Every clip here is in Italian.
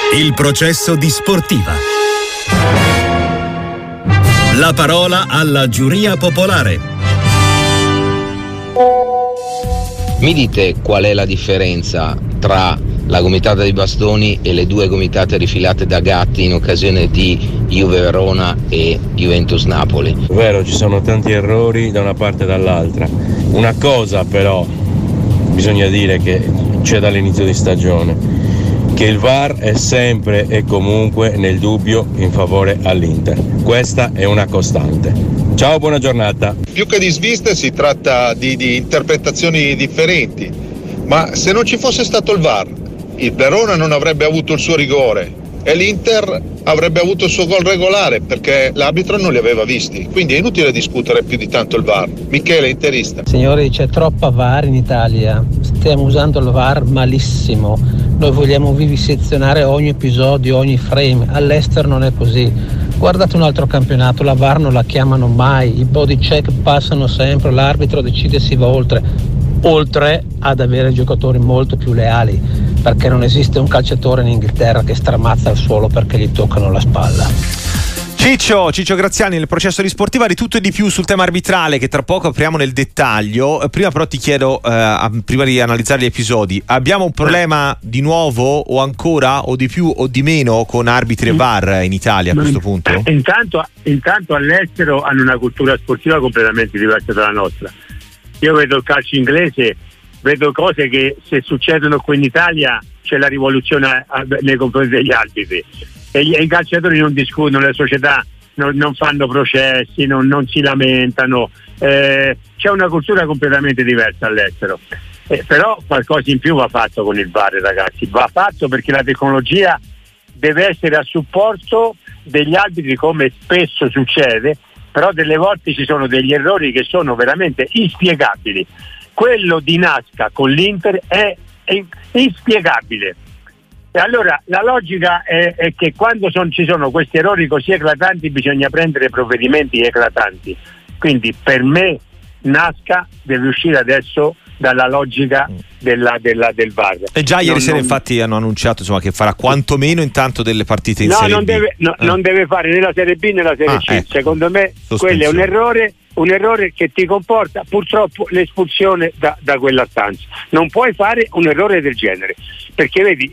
Il processo di Sportiva. La parola alla giuria popolare. Mi dite qual è la differenza tra la gomitata di bastoni e le due gomitate rifilate da Gatti in occasione di Juve Verona e Juventus Napoli? È vero, ci sono tanti errori da una parte e dall'altra. Una cosa però bisogna dire che c'è dall'inizio di stagione, che il VAR è sempre e comunque nel dubbio in favore all'Inter. Questa è una costante. Ciao, buona giornata. Più che di sviste si tratta di interpretazioni differenti, ma se non ci fosse stato il VAR, il Verona non avrebbe avuto il suo rigore e l'Inter avrebbe avuto il suo gol regolare perché l'arbitro non li aveva visti, quindi è inutile discutere più di tanto il VAR. Michele, interista. Signori, c'è troppa VAR in Italia, stiamo usando il VAR malissimo, noi vogliamo vivisezionare ogni episodio, ogni frame, all'estero non è così. Guardate un altro campionato, la VAR non la chiamano mai, i body check passano sempre, l'arbitro decide, si va oltre ad avere giocatori molto più leali, perché non esiste un calciatore in Inghilterra che stramazza al suolo perché gli toccano la spalla. Ciccio Graziani, nel processo di Sportiva, di tutto e di più sul tema arbitrale che tra poco apriamo nel dettaglio. Prima però ti chiedo, prima di analizzare gli episodi, abbiamo un problema di nuovo o ancora o di più o di meno con arbitri e VAR in Italia a questo punto? Intanto all'estero hanno una cultura sportiva completamente diversa dalla nostra. Io vedo il calcio inglese, vedo cose che se succedono qui in Italia c'è la rivoluzione nei confronti degli arbitri e i calciatori non discutono, le società non fanno processi, non si lamentano, c'è una cultura completamente diversa all'estero, però qualcosa in più va fatto con il VAR, ragazzi, va fatto perché la tecnologia deve essere a supporto degli arbitri, come spesso succede, però delle volte ci sono degli errori che sono veramente inspiegabili. Quello di Nasca con l'Inter è inspiegabile. E allora la logica è che quando ci sono questi errori così eclatanti bisogna prendere provvedimenti eclatanti. Quindi per me Nasca deve uscire adesso dalla logica del VAR. E già ieri sera infatti hanno annunciato, insomma, che farà quantomeno intanto delle partite in Serie B. Non deve fare né la Serie B né la Serie C. Ecco. Secondo me quello è un errore che ti comporta purtroppo l'espulsione da quella stanza. Non puoi fare un errore del genere, perché vedi,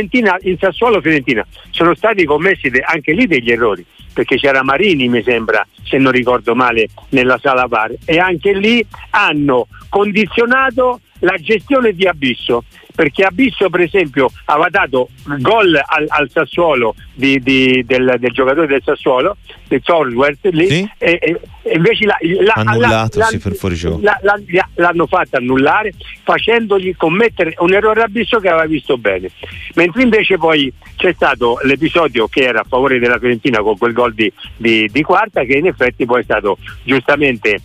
in Sassuolo-Fiorentina sono stati commessi anche lì degli errori, perché c'era Marini, mi sembra, se non ricordo male, nella sala VAR, e anche lì hanno condizionato la gestione di Abisso, perché Abisso per esempio aveva dato gol al Sassuolo del giocatore del Sassuolo, del Torwart lì, sì? e invece annullato per fuorigioco. L'hanno fatto annullare facendogli commettere un errore Abisso che aveva visto bene, mentre invece poi c'è stato l'episodio che era a favore della Fiorentina con quel gol di Quarta, che in effetti poi è stato giustamente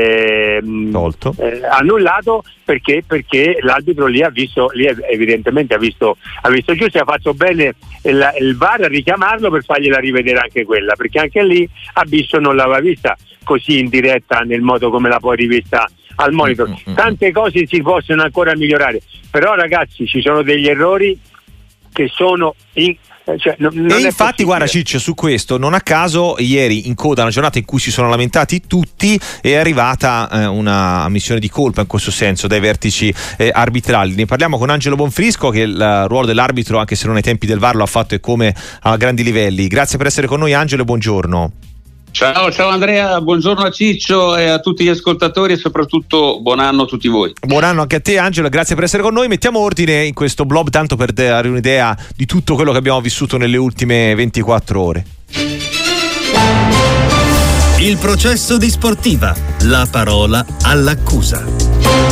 annullato perché l'arbitro lì evidentemente ha visto giusto e ha fatto bene il VAR a richiamarlo per fargliela rivedere anche quella, perché anche lì Abisso non l'aveva vista così in diretta nel modo come la poi rivista al monitor. Tante cose si possono ancora migliorare, però ragazzi ci sono degli errori che sono e infatti guarda Ciccio, su questo non a caso ieri in coda, una giornata in cui si sono lamentati tutti, è arrivata una ammissione di colpa in questo senso dai vertici arbitrali. Ne parliamo con Angelo Bonfrisco, che il ruolo dell'arbitro, anche se non ai tempi del VAR, lo ha fatto e come a grandi livelli. Grazie per essere con noi Angelo e buongiorno. Ciao Andrea, buongiorno a Ciccio e a tutti gli ascoltatori e soprattutto buon anno a tutti voi. Buon anno anche a te Angelo, grazie per essere con noi. Mettiamo ordine in questo blog tanto per dare un'idea di tutto quello che abbiamo vissuto nelle ultime 24 ore. Il processo di Sportiva, la parola all'accusa.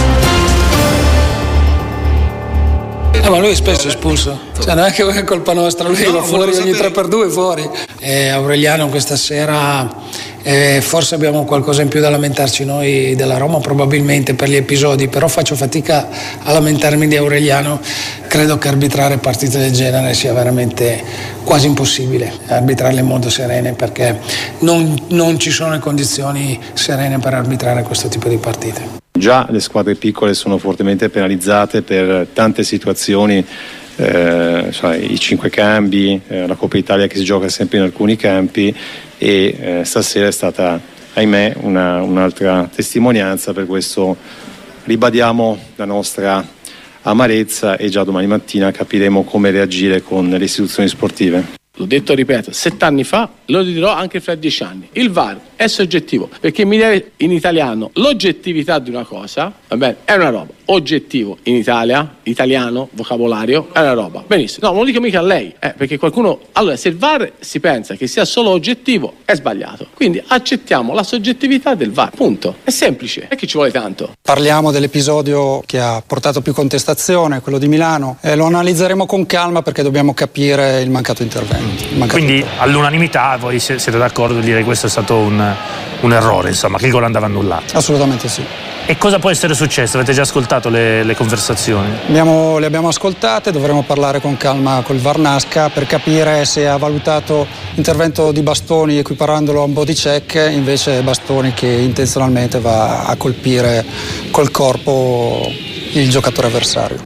Ma lui è spesso espulso, cioè non è che è colpa nostra, lui va fuori ogni 3x2 fuori. Aureliano questa sera forse abbiamo qualcosa in più da lamentarci noi della Roma, probabilmente per gli episodi, però faccio fatica a lamentarmi di Aureliano. Credo che arbitrare partite del genere sia veramente quasi impossibile, arbitrarle in modo sereno, perché non ci sono le condizioni serene per arbitrare questo tipo di partite. Già le squadre piccole sono fortemente penalizzate per tante situazioni i 5 cambi, la Coppa Italia che si gioca sempre in alcuni campi, e stasera è stata, ahimè, un'altra testimonianza. Per questo ribadiamo la nostra amarezza e già domani mattina capiremo come reagire con le istituzioni sportive. L'ho detto e ripeto, 7 anni fa, lo dirò anche fra 10 anni. Il VAR è soggettivo, perché mi deve in italiano l'oggettività di una cosa, va bene, è una roba. Oggettivo in Italia, italiano, vocabolario, è una roba. Benissimo, no, non lo dico mica a lei, perché qualcuno... Allora, se il VAR si pensa che sia solo oggettivo, è sbagliato. Quindi accettiamo la soggettività del VAR, punto. È semplice, è che ci vuole tanto. Parliamo dell'episodio che ha portato più contestazione, quello di Milano. Lo analizzeremo con calma perché dobbiamo capire il mancato intervento. Quindi all'unanimità voi siete d'accordo a dire che questo è stato un errore, insomma, che il gol andava annullato? Assolutamente sì. E cosa può essere successo? Avete già ascoltato le conversazioni? Le abbiamo ascoltate, dovremo parlare con calma col VAR Nasca per capire se ha valutato l'intervento di Bastoni equiparandolo a un body check, invece Bastoni che intenzionalmente va a colpire col corpo il giocatore avversario.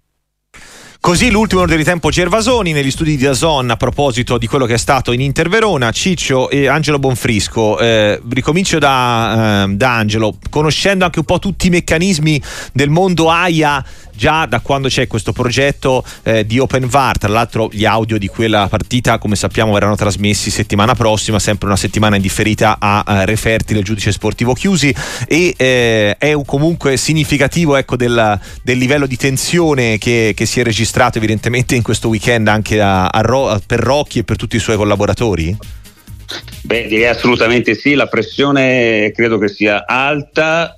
Così l'ultimo ordine di tempo Gervasoni negli studi di DAZN a proposito di quello che è stato in Inter Verona. Ciccio e Angelo Bonfrisco, ricomincio da Angelo, conoscendo anche un po' tutti i meccanismi del mondo AIA già da quando c'è questo progetto di Open VAR. Tra l'altro gli audio di quella partita, come sappiamo, verranno trasmessi settimana prossima, sempre una settimana indifferita a Referti, il giudice sportivo Chiusi, e è comunque significativo, ecco, del livello di tensione che si è registrato evidentemente in questo weekend anche per Rocchi e per tutti i suoi collaboratori. Beh, direi assolutamente sì, la pressione credo che sia alta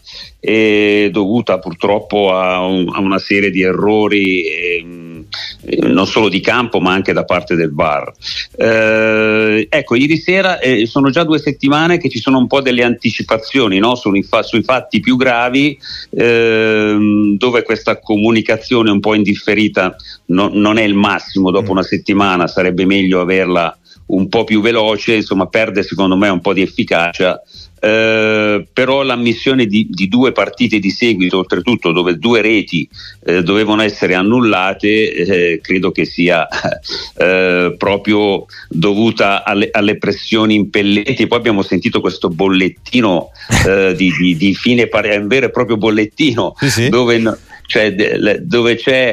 e dovuta purtroppo a una serie di errori non solo di campo ma anche da parte del VAR. Ecco, ieri sera sono già 2 settimane che ci sono un po' delle anticipazioni, no? sui fatti più gravi, dove questa comunicazione un po' indifferita non è il massimo. Dopo una settimana sarebbe meglio averla un po' più veloce, insomma perde secondo me un po' di efficacia, però l'ammissione di 2 partite di seguito, oltretutto dove 2 reti dovevano essere annullate, credo che sia proprio dovuta alle pressioni impellenti. Poi abbiamo sentito questo bollettino di fine un vero e proprio bollettino, sì. dove c'è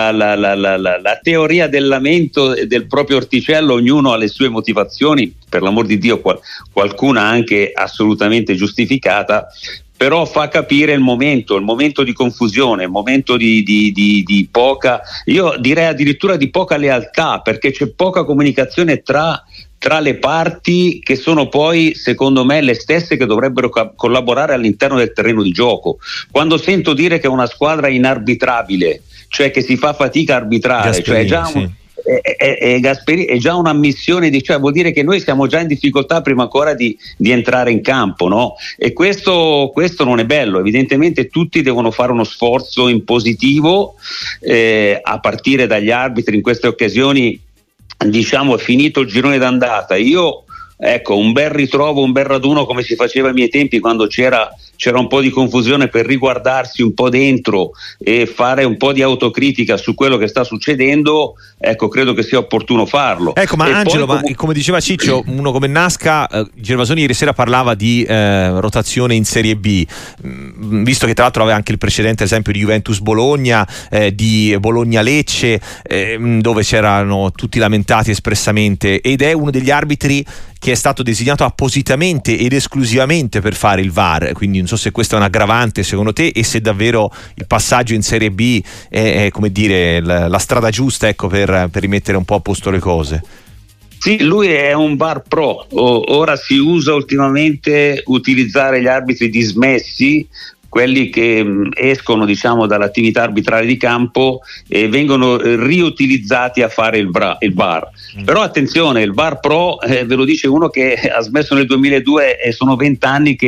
la teoria del lamento del proprio orticello, ognuno ha le sue motivazioni, per l'amor di Dio qualcuna anche assolutamente giustificata, però fa capire il momento di confusione, il momento di poca, io direi addirittura di poca lealtà, perché c'è poca comunicazione tra le parti, che sono poi secondo me le stesse che dovrebbero collaborare all'interno del terreno di gioco. Quando sento dire che una squadra è inarbitrabile, cioè che si fa fatica a arbitrare, Gasperini, cioè Gasperini è già un'ammissione cioè vuol dire che noi siamo già in difficoltà prima ancora di entrare in campo, no? E questo non è bello. Evidentemente tutti devono fare uno sforzo in positivo, a partire dagli arbitri. In queste occasioni, diciamo, è finito il girone d'andata. Ecco, un bel ritrovo, un bel raduno come si faceva ai miei tempi, quando c'era un po' di confusione, per riguardarsi un po' dentro e fare un po' di autocritica su quello che sta succedendo. Ecco, credo che sia opportuno farlo. Ecco, ma Angelo, come diceva Ciccio, uno come Nasca, Gervasoni ieri sera parlava di rotazione in Serie B, visto che tra l'altro aveva anche il precedente esempio di Juventus Bologna, di Bologna Lecce, dove c'erano tutti lamentati espressamente, ed è uno degli arbitri che è stato designato appositamente ed esclusivamente per fare il VAR. Quindi non so se questa è un aggravante secondo te, e se davvero il passaggio in Serie B è come dire la strada giusta, ecco, per rimettere un po' a posto le cose. Sì, lui è un VAR pro. Ora si usa ultimamente utilizzare gli arbitri dismessi, quelli che escono, diciamo, dall'attività arbitrale di campo e vengono riutilizzati a fare il VAR. Però attenzione, il VAR Pro ve lo dice uno che ha smesso nel 2002 e sono 20 anni che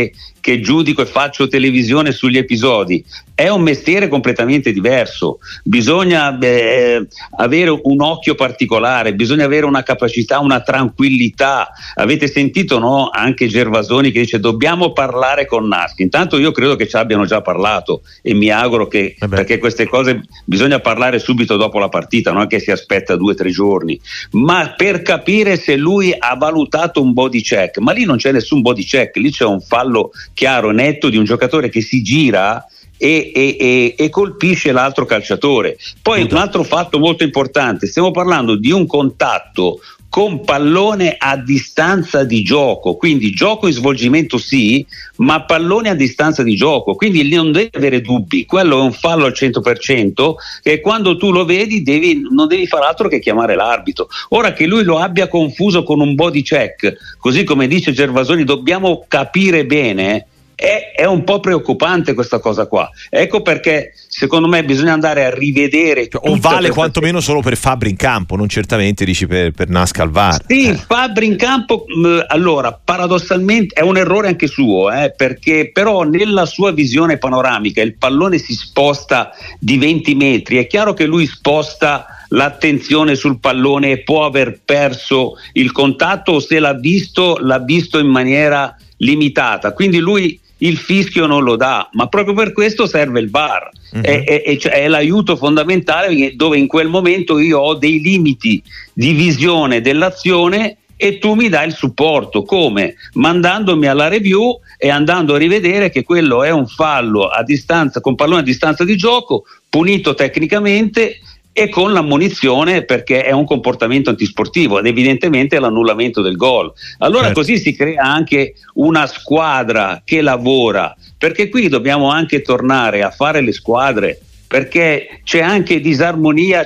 che giudico e faccio televisione sugli episodi. È un mestiere completamente diverso, bisogna avere un occhio particolare, bisogna avere una capacità, una tranquillità. Avete sentito, no? Anche Gervasoni che dice dobbiamo parlare con Nasca. Intanto io credo che ci abbiano già parlato e mi auguro che, perché queste cose bisogna parlare subito dopo la partita, non è che si aspetta 2 o 3 giorni, ma per capire se lui ha valutato un body check. Ma lì non c'è nessun body check, lì c'è un fallo chiaro, netto di un giocatore che si gira e colpisce l'altro calciatore. Poi un altro fatto molto importante, stiamo parlando di un contatto con pallone a distanza di gioco, quindi gioco in svolgimento sì, ma pallone a distanza di gioco, quindi non devi avere dubbi, quello è un fallo al 100% e quando tu lo vedi non devi fare altro che chiamare l'arbitro. Ora che lui lo abbia confuso con un body check, così come dice Gervasoni, dobbiamo capire bene. È un po' preoccupante questa cosa qua, ecco perché secondo me bisogna andare a rivedere o vale quantomeno solo per Fabbri in campo, non certamente dici per Nasca al VAR. Sì, Fabbri in campo, allora paradossalmente è un errore anche suo, perché però nella sua visione panoramica il pallone si sposta di 20 metri, è chiaro che lui sposta l'attenzione sul pallone e può aver perso il contatto, o se l'ha visto in maniera limitata, quindi lui il fischio non lo dà, ma proprio per questo serve il VAR. È l'aiuto fondamentale, dove in quel momento io ho dei limiti di visione dell'azione e tu mi dai il supporto, come? Mandandomi alla review e andando a rivedere che quello è un fallo a distanza, con pallone a distanza di gioco, punito tecnicamente e con l'ammonizione, perché è un comportamento antisportivo ed evidentemente è l'annullamento del gol. Allora così si crea anche una squadra che lavora, perché qui dobbiamo anche tornare a fare le squadre, perché c'è anche disarmonia,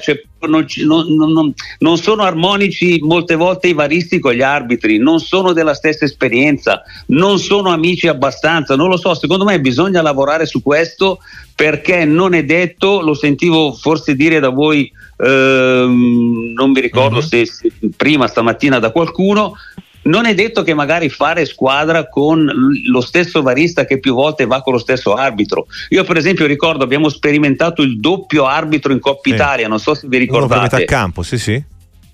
non sono armonici molte volte i varisti con gli arbitri, non sono della stessa esperienza, non sono amici abbastanza, non lo so, secondo me bisogna lavorare su questo, perché non è detto, lo sentivo forse dire da voi, non mi ricordo se prima stamattina da qualcuno, non è detto che magari fare squadra con lo stesso varista che più volte va con lo stesso arbitro. Io per esempio ricordo abbiamo sperimentato il doppio arbitro in Coppa Italia, non so se vi ricordate. Uno per metà campo, sì.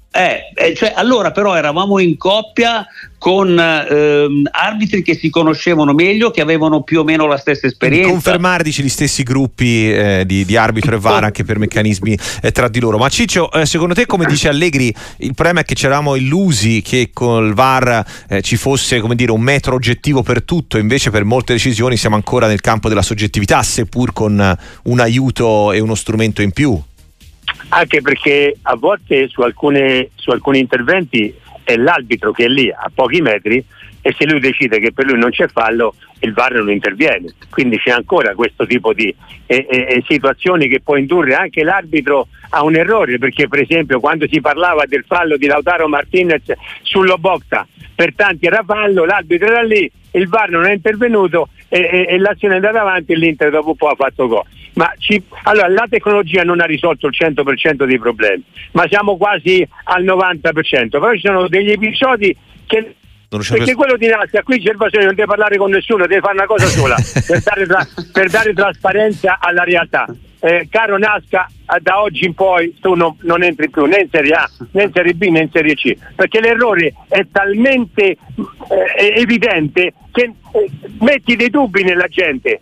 Allora però eravamo in coppia con arbitri che si conoscevano meglio, che avevano più o meno la stessa esperienza. Confermare, dici, gli stessi gruppi di arbitro e VAR anche per meccanismi tra di loro. Ma Ciccio, secondo te, come dice Allegri, il problema è che ci eravamo illusi che con il VAR ci fosse, come dire, un metro oggettivo per tutto, invece per molte decisioni siamo ancora nel campo della soggettività, seppur con un aiuto e uno strumento in più? Anche perché a volte su alcuni interventi è l'arbitro che è lì a pochi metri e se lui decide che per lui non c'è fallo, il VAR non interviene, quindi c'è ancora questo tipo di situazioni che può indurre anche l'arbitro a un errore, perché per esempio quando si parlava del fallo di Lautaro Martinez sullo Bocta, per tanti era fallo, l'arbitro era lì, il VAR non è intervenuto e l'azione è andata avanti e l'Inter dopo un po' ha fatto gol. Allora la tecnologia non ha risolto il 100% dei problemi, ma siamo quasi al 90%, però ci sono degli episodi che perché quello di Nasca, qui Gervasoni non deve parlare con nessuno, deve fare una cosa sola per dare trasparenza alla realtà. Caro Nasca, da oggi in poi tu non entri più né in Serie A, né in Serie B, né in Serie C, perché l'errore è talmente evidente che metti dei dubbi nella gente,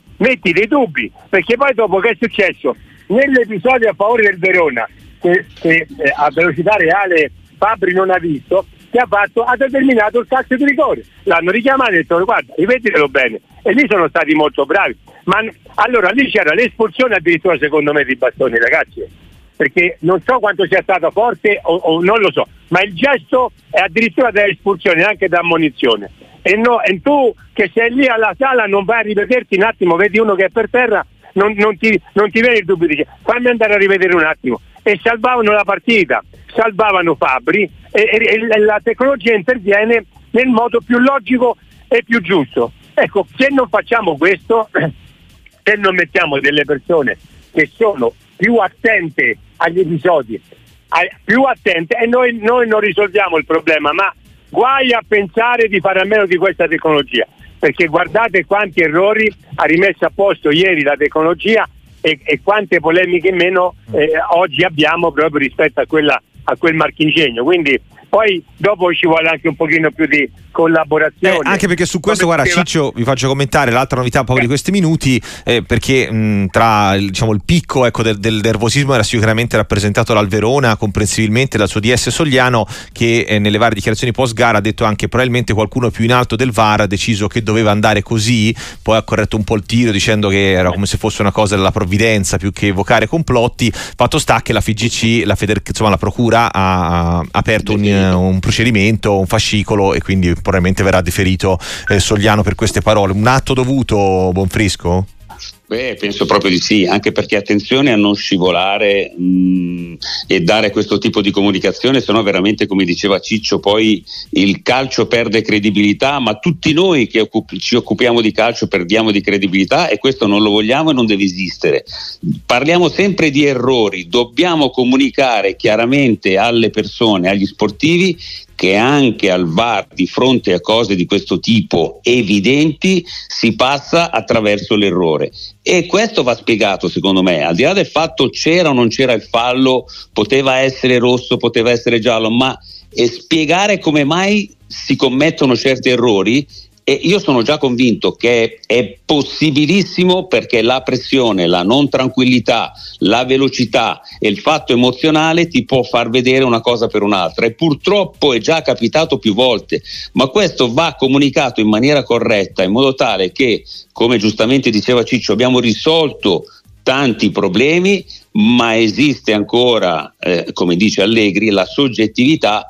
perché poi dopo che è successo nell'episodio a favore del Verona che a velocità reale Fabbri non ha visto, che ha determinato il calcio di rigore, l'hanno richiamato e ha detto guarda, riveditelo bene, e lì sono stati molto bravi, ma allora lì c'era l'espulsione addirittura secondo me di Bastoni, ragazzi, perché non so quanto sia stata forte o non lo so, ma il gesto è addirittura dell'espulsione, anche da ammonizione, e tu che sei lì alla sala non vai a rivederti un attimo, vedi uno che è per terra, non ti viene il dubbio, dice fammi andare a rivedere un attimo, e salvavano la partita, salvavano Fabbri e la tecnologia interviene nel modo più logico e più giusto. Ecco, se non facciamo questo, se non mettiamo delle persone che sono più attente agli episodi, più attente, e noi non risolviamo il problema, ma guai a pensare di fare a meno di questa tecnologia. perché guardate quanti errori ha rimesso a posto ieri la tecnologia e quante polemiche in meno oggi abbiamo proprio rispetto a quel marchingegno. Quindi poi dopo ci vuole anche un pochino più di collaborazione, anche perché su questo, guarda Ciccio, vi faccio commentare l'altra novità proprio di questi minuti, perché tra il picco, ecco, del nervosismo era sicuramente rappresentato dal Verona, comprensibilmente dal suo DS Sogliano, che nelle varie dichiarazioni post gara ha detto anche probabilmente qualcuno più in alto del VAR ha deciso che doveva andare così, poi ha corretto un po' il tiro dicendo che era come se fosse una cosa della provvidenza più che evocare complotti. Fatto sta che la FIGC, la procura ha aperto un procedimento, un fascicolo, e quindi probabilmente verrà deferito Sogliano per queste parole. Un atto dovuto, Bonfrisco? Beh, penso proprio di sì, anche perché attenzione a non scivolare e dare questo tipo di comunicazione, sennò veramente, come diceva Ciccio, poi il calcio perde credibilità, ma tutti noi che ci occupiamo di calcio perdiamo di credibilità, e questo non lo vogliamo e non deve esistere. Parliamo sempre di errori, dobbiamo comunicare chiaramente alle persone, agli sportivi, che anche al VAR, di fronte a cose di questo tipo evidenti, si passa attraverso l'errore, e questo va spiegato, secondo me, al di là del fatto c'era o non c'era il fallo, poteva essere rosso, poteva essere giallo, ma spiegare come mai si commettono certi errori. E io sono già convinto che è possibilissimo, perché la pressione, la non tranquillità, la velocità e il fatto emozionale ti può far vedere una cosa per un'altra, e purtroppo è già capitato più volte, ma questo va comunicato in maniera corretta, in modo tale che, come giustamente diceva Ciccio, abbiamo risolto tanti problemi, ma esiste ancora, come dice Allegri, la soggettività,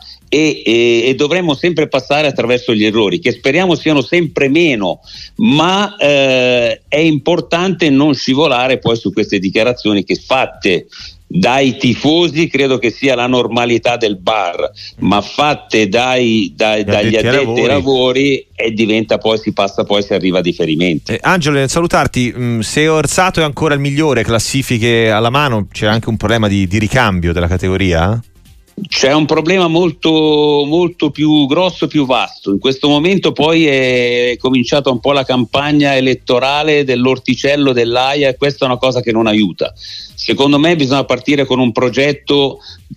e dovremmo sempre passare attraverso gli errori, che speriamo siano sempre meno, ma è importante non scivolare poi su queste dichiarazioni che, fatte dai tifosi, credo che sia la normalità del bar, ma fatte dagli addetti ai lavori, e diventa poi, si arriva a differimenti. Angelo, nel salutarti, se Orsato è ancora il migliore, classifiche alla mano, c'è anche un problema di ricambio della categoria? C'è un problema molto, molto più grosso, più vasto. In questo momento poi è cominciata un po' la campagna elettorale dell'orticello dell'AIA, e questa è una cosa che non aiuta. Secondo me bisogna partire con un progetto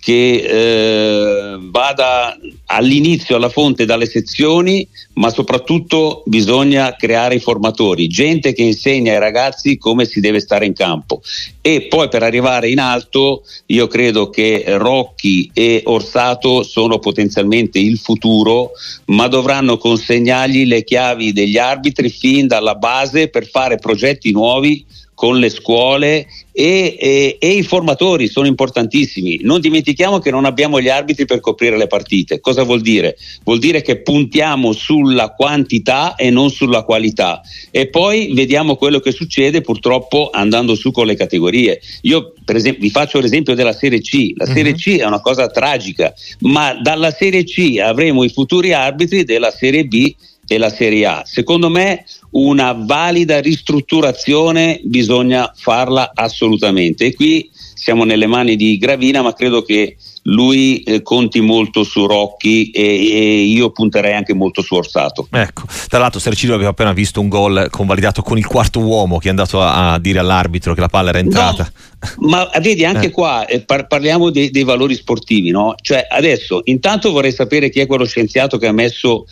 che vada all'inizio, alla fonte, dalle sezioni, ma soprattutto bisogna creare i formatori, gente che insegna ai ragazzi come si deve stare in campo, e poi per arrivare in alto io credo che Rocchi e Orsato sono potenzialmente il futuro, ma dovranno consegnargli le chiavi degli arbitri fin dalla base per fare progetti nuovi con le scuole, e i formatori sono importantissimi. Non dimentichiamo che non abbiamo gli arbitri per coprire le partite. Cosa vuol dire? Vuol dire che puntiamo sulla quantità e non sulla qualità, e poi vediamo quello che succede purtroppo andando su con le categorie. Io per esempio vi faccio l'esempio della Serie C. La Serie C è una cosa tragica, ma dalla Serie C avremo i futuri arbitri della Serie B e la Serie A. Secondo me una valida ristrutturazione bisogna farla assolutamente, e qui siamo nelle mani di Gravina, ma credo che lui conti molto su Rocchi, e io punterei anche molto su Orsato. Ecco, tra l'altro Sergio aveva appena visto un gol convalidato con il quarto uomo, che è andato a dire all'arbitro che la palla era entrata. No, ma vedi, anche qua parliamo dei valori sportivi, no? Cioè adesso intanto vorrei sapere chi è quello scienziato che ha messo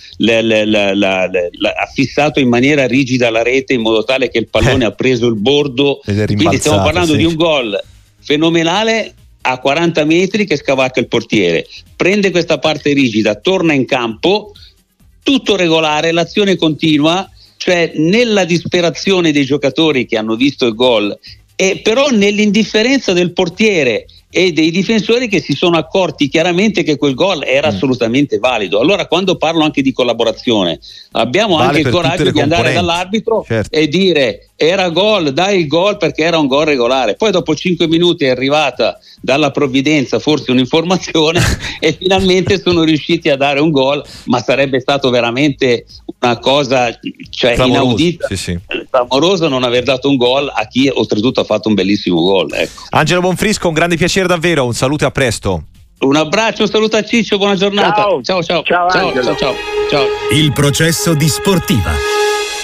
ha fissato in maniera rigida la rete, in modo tale che il pallone ha preso il bordo, quindi stiamo parlando di un gol fenomenale a 40 metri che scavalca il portiere, prende questa parte rigida, torna in campo, tutto regolare, l'azione continua, cioè nella disperazione dei giocatori che hanno visto il gol, e però nell'indifferenza del portiere e dei difensori che si sono accorti chiaramente che quel gol era assolutamente valido. Allora, quando parlo anche di collaborazione, abbiamo anche il coraggio di andare dall'arbitro, certo, e dire era gol, dai il gol, perché era un gol regolare. Poi dopo 5 minuti è arrivata dalla provvidenza forse un'informazione e finalmente sono riusciti a dare un gol, ma sarebbe stato veramente una cosa, cioè, inaudita, clamoroso non aver dato un gol a chi oltretutto ha fatto un bellissimo gol, ecco. Angelo Bonfrisco, un grande piacere davvero, un saluto e a presto. Un abbraccio, un saluto a Ciccio, buona giornata. Ciao. Il processo di Sportiva.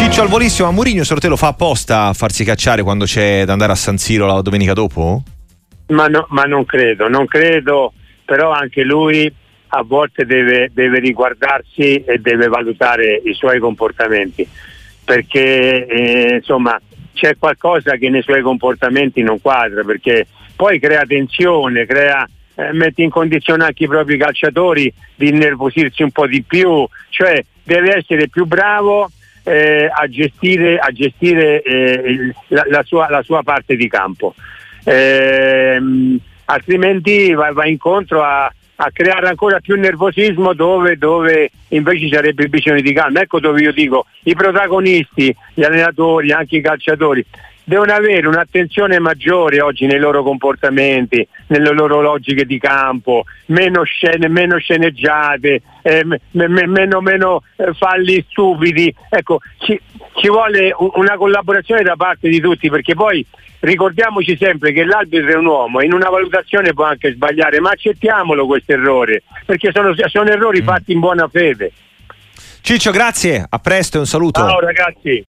Ciccio al volissimo, a Mourinho secondo te lo fa apposta a farsi cacciare quando c'è da andare a San Siro la domenica dopo? Ma non credo, però anche lui a volte deve riguardarsi e deve valutare i suoi comportamenti, perché insomma c'è qualcosa che nei suoi comportamenti non quadra, perché poi crea tensione, mette in condizione anche i propri calciatori di innervosirsi un po' di più, cioè deve essere più bravo a gestire la sua parte di campo, altrimenti va incontro a creare ancora più nervosismo dove invece ci sarebbe bisogno di calma. Ecco dove io dico, i protagonisti, gli allenatori, anche i calciatori devono avere un'attenzione maggiore oggi nei loro comportamenti, nelle loro logiche di campo, meno sceneggiate, meno falli stupidi. Ecco, ci vuole una collaborazione da parte di tutti, perché poi ricordiamoci sempre che l'arbitro è un uomo e in una valutazione può anche sbagliare, ma accettiamolo questo errore, perché sono errori fatti in buona fede. Ciccio, grazie, a presto e un saluto. Ciao ragazzi.